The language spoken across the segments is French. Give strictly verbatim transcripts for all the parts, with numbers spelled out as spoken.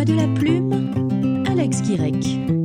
voix de la plume, Alex Guirec.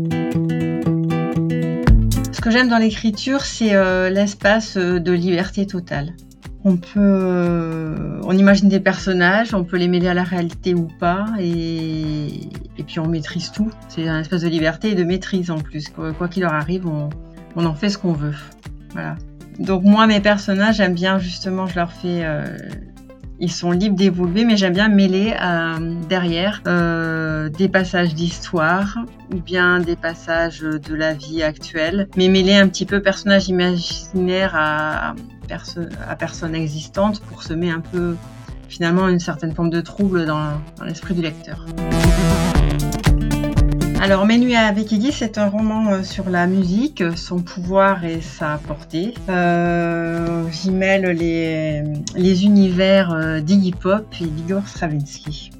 Ce que j'aime dans l'écriture, c'est euh, l'espace euh, de liberté totale. On peut, euh, on imagine des personnages, on peut les mêler à la réalité ou pas, et, et puis on maîtrise tout. C'est un espace de liberté et de maîtrise en plus. Quoi, quoi qu'il leur arrive, on, on en fait ce qu'on veut. Voilà. Donc moi, mes personnages, j'aime bien justement, je leur fais, euh, ils sont libres d'évoluer, mais j'aime bien mêler euh, derrière euh, des passages d'histoire ou bien des passages de la vie actuelle, mais mêler un petit peu personnages imaginaires à Perso- à personnes existantes pour semer un peu finalement une certaine forme de trouble dans, dans l'esprit du lecteur. Alors Mes nuits avec Iggy, c'est un roman sur la musique, son pouvoir et sa portée. Euh, j'y mêle les, les univers d'Iggy Pop et d'Igor Stravinsky.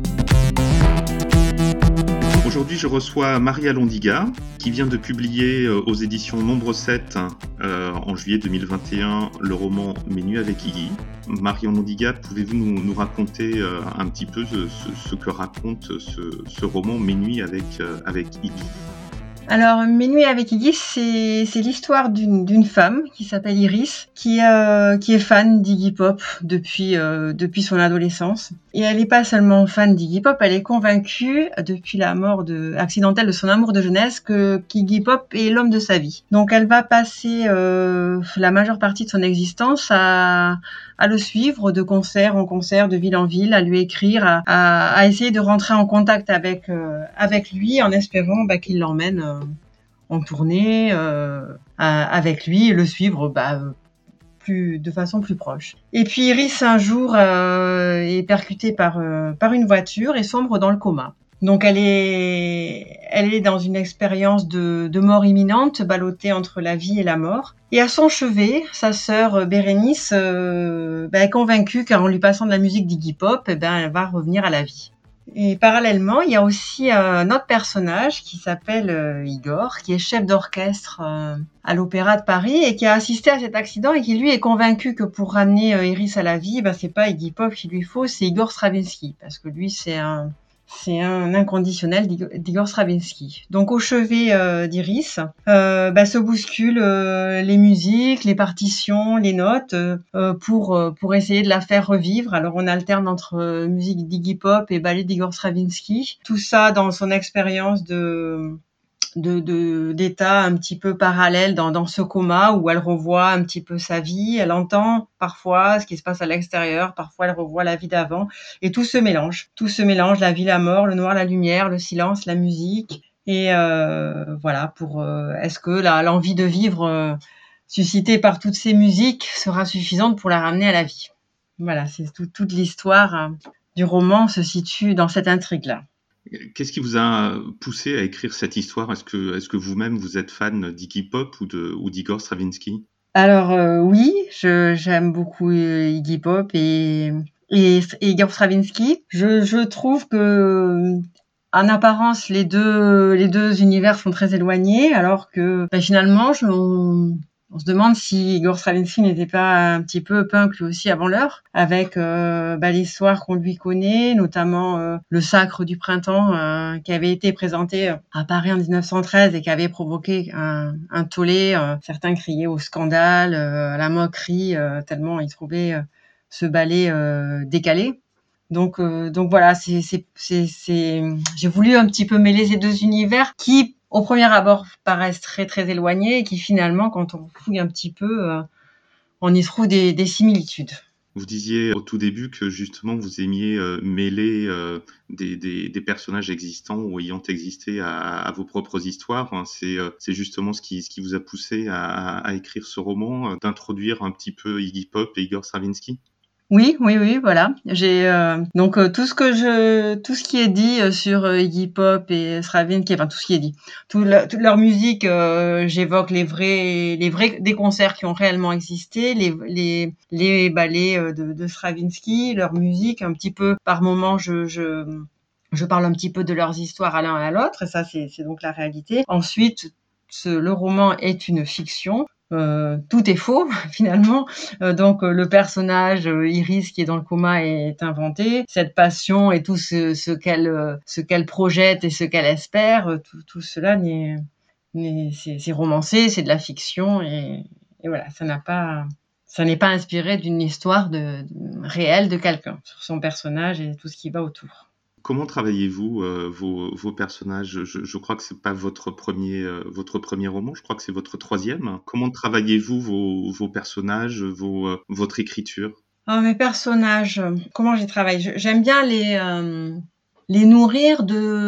Aujourd'hui, je reçois Maria Londiga, qui vient de publier euh, aux éditions Nombre sept, euh, en juillet deux mille vingt et un, le roman Mes nuits avec Iggy. Maria Londiga, pouvez-vous nous, nous raconter euh, un petit peu ce, ce, ce que raconte ce, ce roman Mes nuits avec, euh, avec Iggy ? Alors, Mes nuits avec Iggy, c'est, c'est l'histoire d'une, d'une femme qui s'appelle Iris, qui, euh, qui est fan d'Iggy Pop depuis, euh, depuis son adolescence. Et elle n'est pas seulement fan d'Iggy Pop, elle est convaincue, depuis la mort de, accidentelle de son amour de jeunesse, que, qu'Iggy Pop est l'homme de sa vie. Donc, elle va passer euh, la majeure partie de son existence à, à le suivre de concert en concert, de ville en ville, à lui écrire, à, à, à essayer de rentrer en contact avec, euh, avec lui en espérant bah, qu'il l'emmène euh, en tournée euh, avec lui et le suivre bah, plus, de façon plus proche. Et puis Iris un jour euh, est percutée par, euh, par une voiture et sombre dans le coma. Donc elle est, elle est dans une expérience de, de mort imminente, ballottée entre la vie et la mort. Et à son chevet, sa sœur Bérénice euh, bah, est convaincue qu'en lui passant de la musique d'Iggy Pop, eh ben, elle va revenir à la vie. Et parallèlement, il y a aussi un autre personnage qui s'appelle euh, Igor, qui est chef d'orchestre euh, à l'Opéra de Paris et qui a assisté à cet accident et qui lui est convaincu que pour ramener euh, Iris à la vie, ben, c'est pas Iggy Pop qu'il lui faut, c'est Igor Stravinsky, parce que lui c'est un c'est un inconditionnel d'Igor Stravinsky. Donc au chevet euh, d'Iris, euh, bah, se bousculent euh, les musiques, les partitions, les notes euh, pour euh, pour essayer de la faire revivre. Alors on alterne entre euh, musique d'Iggy Pop et ballet d'Igor Stravinsky. Tout ça dans son expérience de De, de, d'état un petit peu parallèle dans, dans ce coma où elle revoit un petit peu sa vie, elle entend parfois ce qui se passe à l'extérieur, parfois elle revoit la vie d'avant, et tout se mélange, tout se mélange, la vie, la mort, le noir, la lumière, le silence, la musique, et euh, voilà, pour euh, est-ce que la, l'envie de vivre euh, suscitée par toutes ces musiques sera suffisante pour la ramener à la vie. Voilà, c'est tout, toute l'histoire euh, du roman se situe dans cette intrigue-là. Qu'est-ce qui vous a poussé à écrire cette histoire ? Est-ce que, est-ce que vous-même vous êtes fan d'Iggy Pop ou, de, ou d'Igor Stravinsky ? Alors euh, oui, je, j'aime beaucoup euh, Iggy Pop et, et, et Igor Stravinsky. Je, je trouve que en apparence les deux les deux univers sont très éloignés, alors que bah, finalement je, on, on se demande si Igor Stravinsky n'était pas un petit peu punk lui aussi avant l'heure, avec euh, bah, l'histoire qu'on lui connaît, notamment euh, le Sacre du printemps euh, qui avait été présenté à Paris en dix-neuf cent treize et qui avait provoqué un, un tollé. Euh, certains criaient au scandale, euh, à la moquerie, euh, tellement ils trouvaient euh, ce ballet euh, décalé. Donc, euh, donc voilà, c'est, c'est, c'est, c'est, j'ai voulu un petit peu mêler ces deux univers qui, au premier abord, paraissent très très éloignés et qui finalement, quand on fouille un petit peu, euh, on y trouve des, des similitudes. Vous disiez au tout début que justement vous aimiez euh, mêler euh, des, des, des personnages existants ou ayant existé à, à vos propres histoires. Hein. C'est, euh, c'est justement ce qui, ce qui vous a poussé à, à écrire ce roman, euh, d'introduire un petit peu Iggy Pop et Igor Stravinsky. Oui, oui, oui, voilà. J'ai euh, donc euh, tout ce que je, tout ce qui est dit euh, sur euh, Iggy Pop et Stravinsky, enfin tout ce qui est dit, tout le, toute leur musique, euh, j'évoque les vrais, les vrais des concerts qui ont réellement existé, les les les ballets euh, de, de Stravinsky, leur musique, un petit peu par moment, je je je parle un petit peu de leurs histoires à l'un et à l'autre, et ça c'est c'est donc la réalité. Ensuite, ce, le roman est une fiction. euh, tout est faux finalement. Euh, donc euh, le personnage euh, Iris qui est dans le coma est inventé. Cette passion et tout ce, ce qu'elle euh, ce qu'elle projette et ce qu'elle espère, euh, tout, tout cela n'est, n'est c'est, c'est romancé, c'est de la fiction et, et voilà, ça n'a pas ça n'est pas inspiré d'une histoire de, de réelle de quelqu'un sur son personnage et tout ce qui va autour. Comment travaillez-vous euh, vos, vos personnages? je, je crois que c'est pas votre premier, euh, votre premier roman, je crois que c'est votre troisième. Comment travaillez-vous vos, vos personnages, vos, euh, votre écriture? Alors, mes personnages, euh, comment j'y travaille? Je- J'aime bien les, euh, les nourrir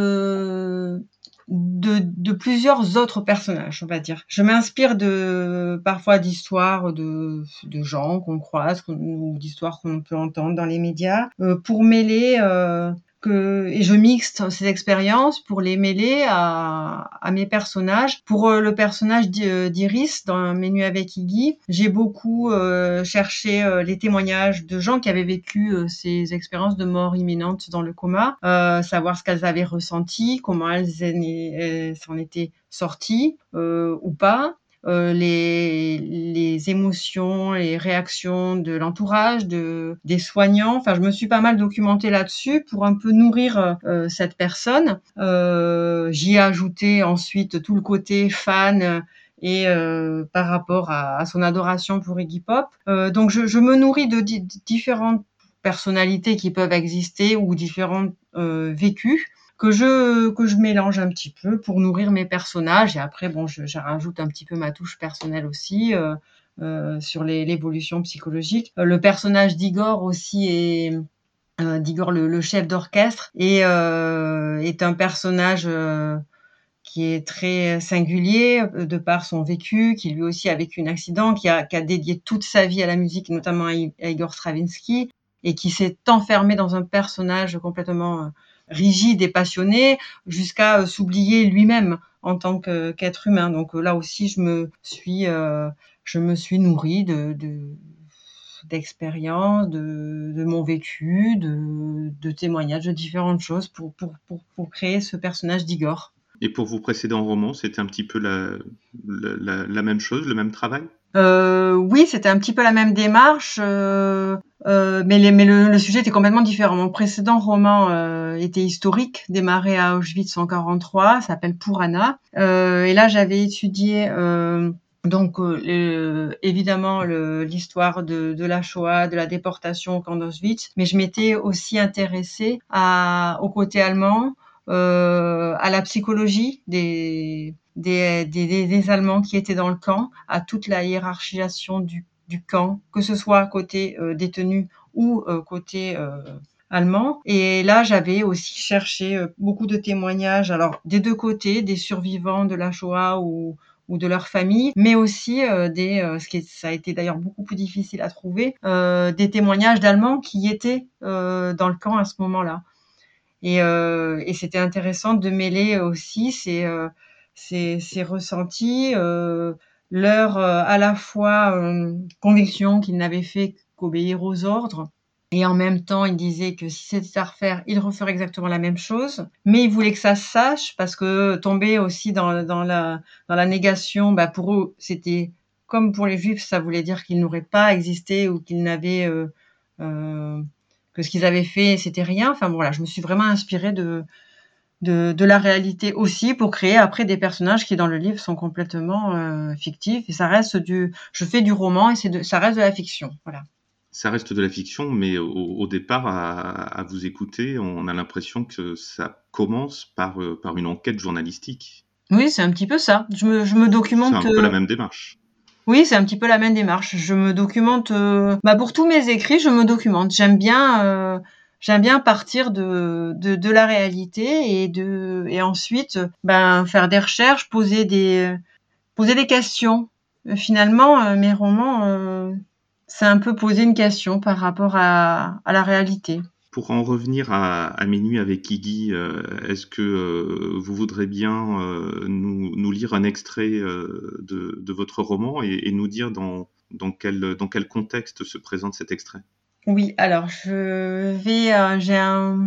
de, de, de plusieurs autres personnages, on va dire. Je m'inspire de parfois d'histoires de, de gens qu'on croise qu'on- ou d'histoires qu'on peut entendre dans les médias euh, pour mêler euh, que et je mixte ces expériences pour les mêler à, à mes personnages. Pour euh, le personnage d'I- euh, d'Iris dans Mes nuits avec Iggy, j'ai beaucoup euh, cherché euh, les témoignages de gens qui avaient vécu euh, ces expériences de mort imminente dans le coma, euh, savoir ce qu'elles avaient ressenti, comment elles, elles s'en étaient sorties euh, ou pas. Euh, les, les émotions, les réactions de l'entourage, de, des soignants. Enfin, je me suis pas mal documentée là-dessus pour un peu nourrir euh, cette personne. Euh, j'y ai ajouté ensuite tout le côté fan et euh, par rapport à, à son adoration pour Iggy Pop. Euh, donc, je, je me nourris de, di- de différentes personnalités qui peuvent exister ou différents euh, vécus que je que je mélange un petit peu pour nourrir mes personnages et après bon je, je rajoute un petit peu ma touche personnelle aussi euh, euh, sur les, l'évolution psychologique. Euh, le personnage d'Igor aussi est euh, d'Igor le, le chef d'orchestre et euh, est un personnage euh, qui est très singulier euh, de par son vécu, qui lui aussi a vécu un accident, qui a, qui a dédié toute sa vie à la musique, notamment à, I- à Igor Stravinsky, et qui s'est enfermé dans un personnage complètement euh, rigide et passionné, jusqu'à euh, s'oublier lui-même en tant que, qu'être humain. Donc euh, là aussi, je me suis, euh, je me suis nourrie de, de d'expériences, de, de mon vécu, de, de témoignages, de différentes choses pour, pour, pour, pour créer ce personnage d'Igor. Et pour vos précédents romans, c'était un petit peu la, la, la, la même chose, le même travail? Euh, oui, c'était un petit peu la même démarche, euh, euh, mais, les, mais le, le sujet était complètement différent. Mon précédent roman euh, était historique, démarré à Auschwitz en quarante-trois, s'appelle Pour Anna. Euh, et là, j'avais étudié euh, donc euh, le, évidemment le, l'histoire de, de la Shoah, de la déportation au camp d'Auschwitz, mais je m'étais aussi intéressée à, au côté allemand, euh, à la psychologie des des, des, des Allemands qui étaient dans le camp, à toute la hiérarchisation du, du camp, que ce soit côté euh, détenu ou euh, côté euh, allemand. Et là, j'avais aussi cherché euh, beaucoup de témoignages, alors des deux côtés, des survivants de la Shoah ou ou de leur famille, mais aussi euh, des, euh, ce qui est, ça a été d'ailleurs beaucoup plus difficile à trouver, euh, des témoignages d'Allemands qui étaient euh, dans le camp à ce moment-là. Et, euh, et c'était intéressant de mêler aussi ces, euh, ces, ces ressentis, euh, leur euh, à la fois euh, conviction qu'ils n'avaient fait qu'obéir aux ordres. Et en même temps, il disait que si c'était à refaire, il referait exactement la même chose. Mais il voulait que ça se sache parce que tomber aussi dans, dans, la, dans la négation, bah pour eux, c'était comme pour les Juifs, ça voulait dire qu'ils n'auraient pas existé ou qu'ils n'avaient euh, euh, que ce qu'ils avaient fait, c'était rien. Enfin bon, voilà, je me suis vraiment inspirée de, de, de la réalité aussi pour créer après des personnages qui dans le livre sont complètement euh, fictifs. Et ça reste du, je fais du roman et c'est de, ça reste de la fiction. Voilà. Ça reste de la fiction, mais au, au départ, à, à vous écouter, on a l'impression que ça commence par, euh, par une enquête journalistique. Oui, c'est un petit peu ça. Je me, je me C'est documente. un peu la Euh, même démarche. oui, c'est un petit peu la même démarche. Je me documente. Euh, bah pour tous mes écrits, je me documente. J'aime bien. Euh, J'aime bien partir de, de, de la réalité et de et ensuite ben faire des recherches, poser des poser des questions. Euh, Finalement, euh, mes romans, euh, c'est un peu poser une question par rapport à, à la réalité. Pour en revenir à, à Mes nuits avec Iggy, euh, est-ce que euh, vous voudrez bien euh, nous, nous lire un extrait euh, de, de votre roman et, et nous dire dans, dans, quel, dans quel contexte se présente cet extrait? Oui, alors je vais, euh, j'ai un,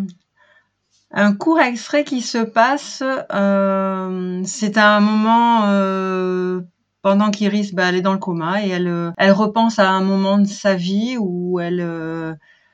un court extrait qui se passe. Euh, c'est un moment euh, pendant qu'Iris, bah, elle est dans le coma et elle, euh, elle repense à un moment de sa vie où elle, euh,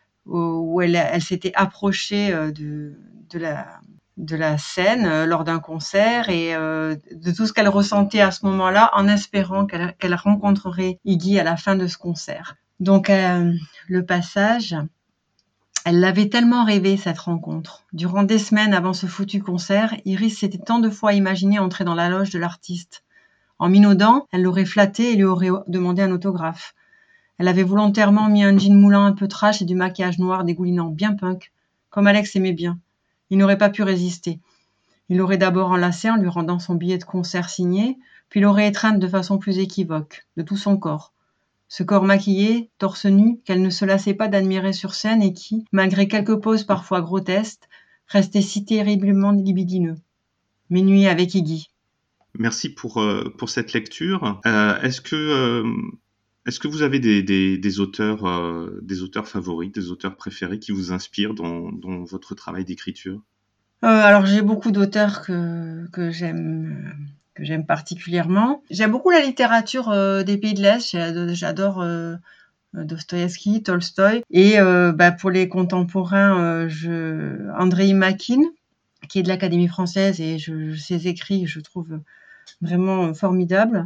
où elle, elle s'était approchée de, de la, de la scène euh, lors d'un concert et euh, de tout ce qu'elle ressentait à ce moment-là, en espérant qu'elle, qu'elle rencontrerait Iggy à la fin de ce concert. Donc, euh, le passage, elle l'avait tellement rêvé, cette rencontre. Durant des semaines avant ce foutu concert, Iris s'était tant de fois imaginée entrer dans la loge de l'artiste. En minaudant, elle l'aurait flatté et lui aurait demandé un autographe. Elle avait volontairement mis un jean moulant un peu trash et du maquillage noir dégoulinant, bien punk, comme Alex aimait bien. Il n'aurait pas pu résister. Il l'aurait d'abord enlacée en lui rendant son billet de concert signé, puis l'aurait étreinte de façon plus équivoque, de tout son corps. Ce corps maquillé, torse nu, qu'elle ne se lassait pas d'admirer sur scène et qui, malgré quelques poses parfois grotesques, restait si terriblement libidineux. Mes nuits avec Iggy. Merci pour, euh, pour cette lecture. Euh, est-ce que... Euh... Est-ce que vous avez des, des, des, auteurs, euh, des auteurs favoris, des auteurs préférés qui vous inspirent dans, dans votre travail d'écriture ? euh, Alors, j'ai beaucoup d'auteurs que, que, j'aime, que j'aime particulièrement. J'aime beaucoup la littérature euh, des pays de l'Est. J'adore euh, Dostoïevski, Tolstoï. Et euh, bah, pour les contemporains, euh, je... Andrei Makin, qui est de l'Académie française, et je, ses écrits, je trouve vraiment formidables.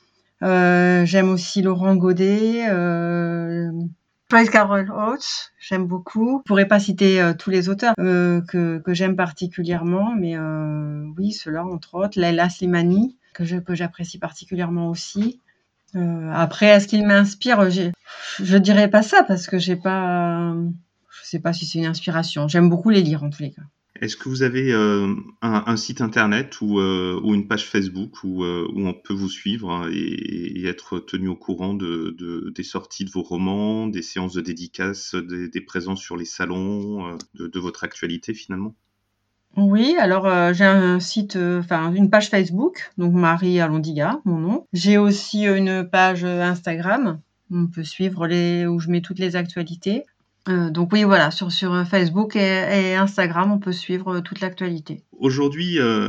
Euh, j'aime aussi Laurent Godet, euh, Joyce Carol Oates, j'aime beaucoup. Je pourrais pas citer euh, tous les auteurs euh, que, que j'aime particulièrement, mais euh, oui, ceux-là entre autres. Leila Slimani, que, je, que j'apprécie particulièrement aussi. Euh, après, est-ce qu'il m'inspire ? j'ai, Je dirais pas ça parce que j'ai pas, je sais pas si c'est une inspiration. J'aime beaucoup les lire en tous les cas. Est-ce que vous avez euh, un, un site internet ou, euh, ou une page Facebook où, euh, où on peut vous suivre et, et être tenu au courant de, de, des sorties de vos romans, des séances de dédicaces, des, des présences sur les salons, euh, de, de votre actualité finalement ? Oui, alors euh, j'ai un site, enfin euh, une page Facebook, donc Marie Alondiga, mon nom. J'ai aussi une page Instagram, où on peut suivre les, où je mets toutes les actualités. Euh, donc oui, voilà, sur, sur Facebook et, et Instagram, on peut suivre toute l'actualité. Aujourd'hui, euh,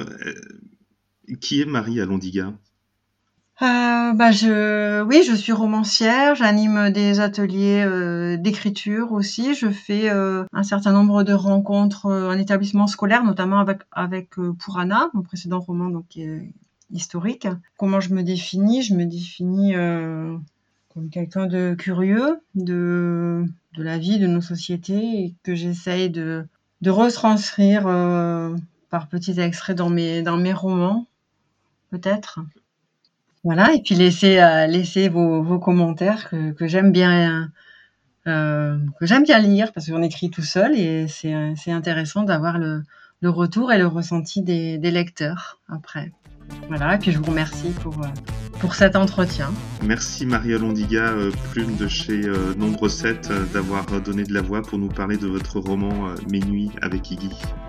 qui est Marie Alondiga ? Euh, bah je, oui, je suis romancière, j'anime des ateliers euh, d'écriture aussi, je fais euh, un certain nombre de rencontres euh, en établissement scolaire, notamment avec, avec euh, Purana, mon précédent roman donc qui est historique. Comment je me définis ? Je me définis euh, comme quelqu'un de curieux de, de la vie, de nos sociétés, et que j'essaye de, de retranscrire euh, par petits extraits dans mes, dans mes romans, peut-être. Voilà, et puis laissez, euh, laissez vos, vos commentaires que, que j'aime bien, euh, que j'aime bien lire parce qu'on écrit tout seul et c'est, c'est intéressant d'avoir le, le retour et le ressenti des, des lecteurs après. Voilà, et puis je vous remercie pour, pour cet entretien. Merci Marie Alondiga, euh, plume de chez euh, Nombre sept, euh, d'avoir donné de la voix pour nous parler de votre roman euh, Mes nuits avec Iggy.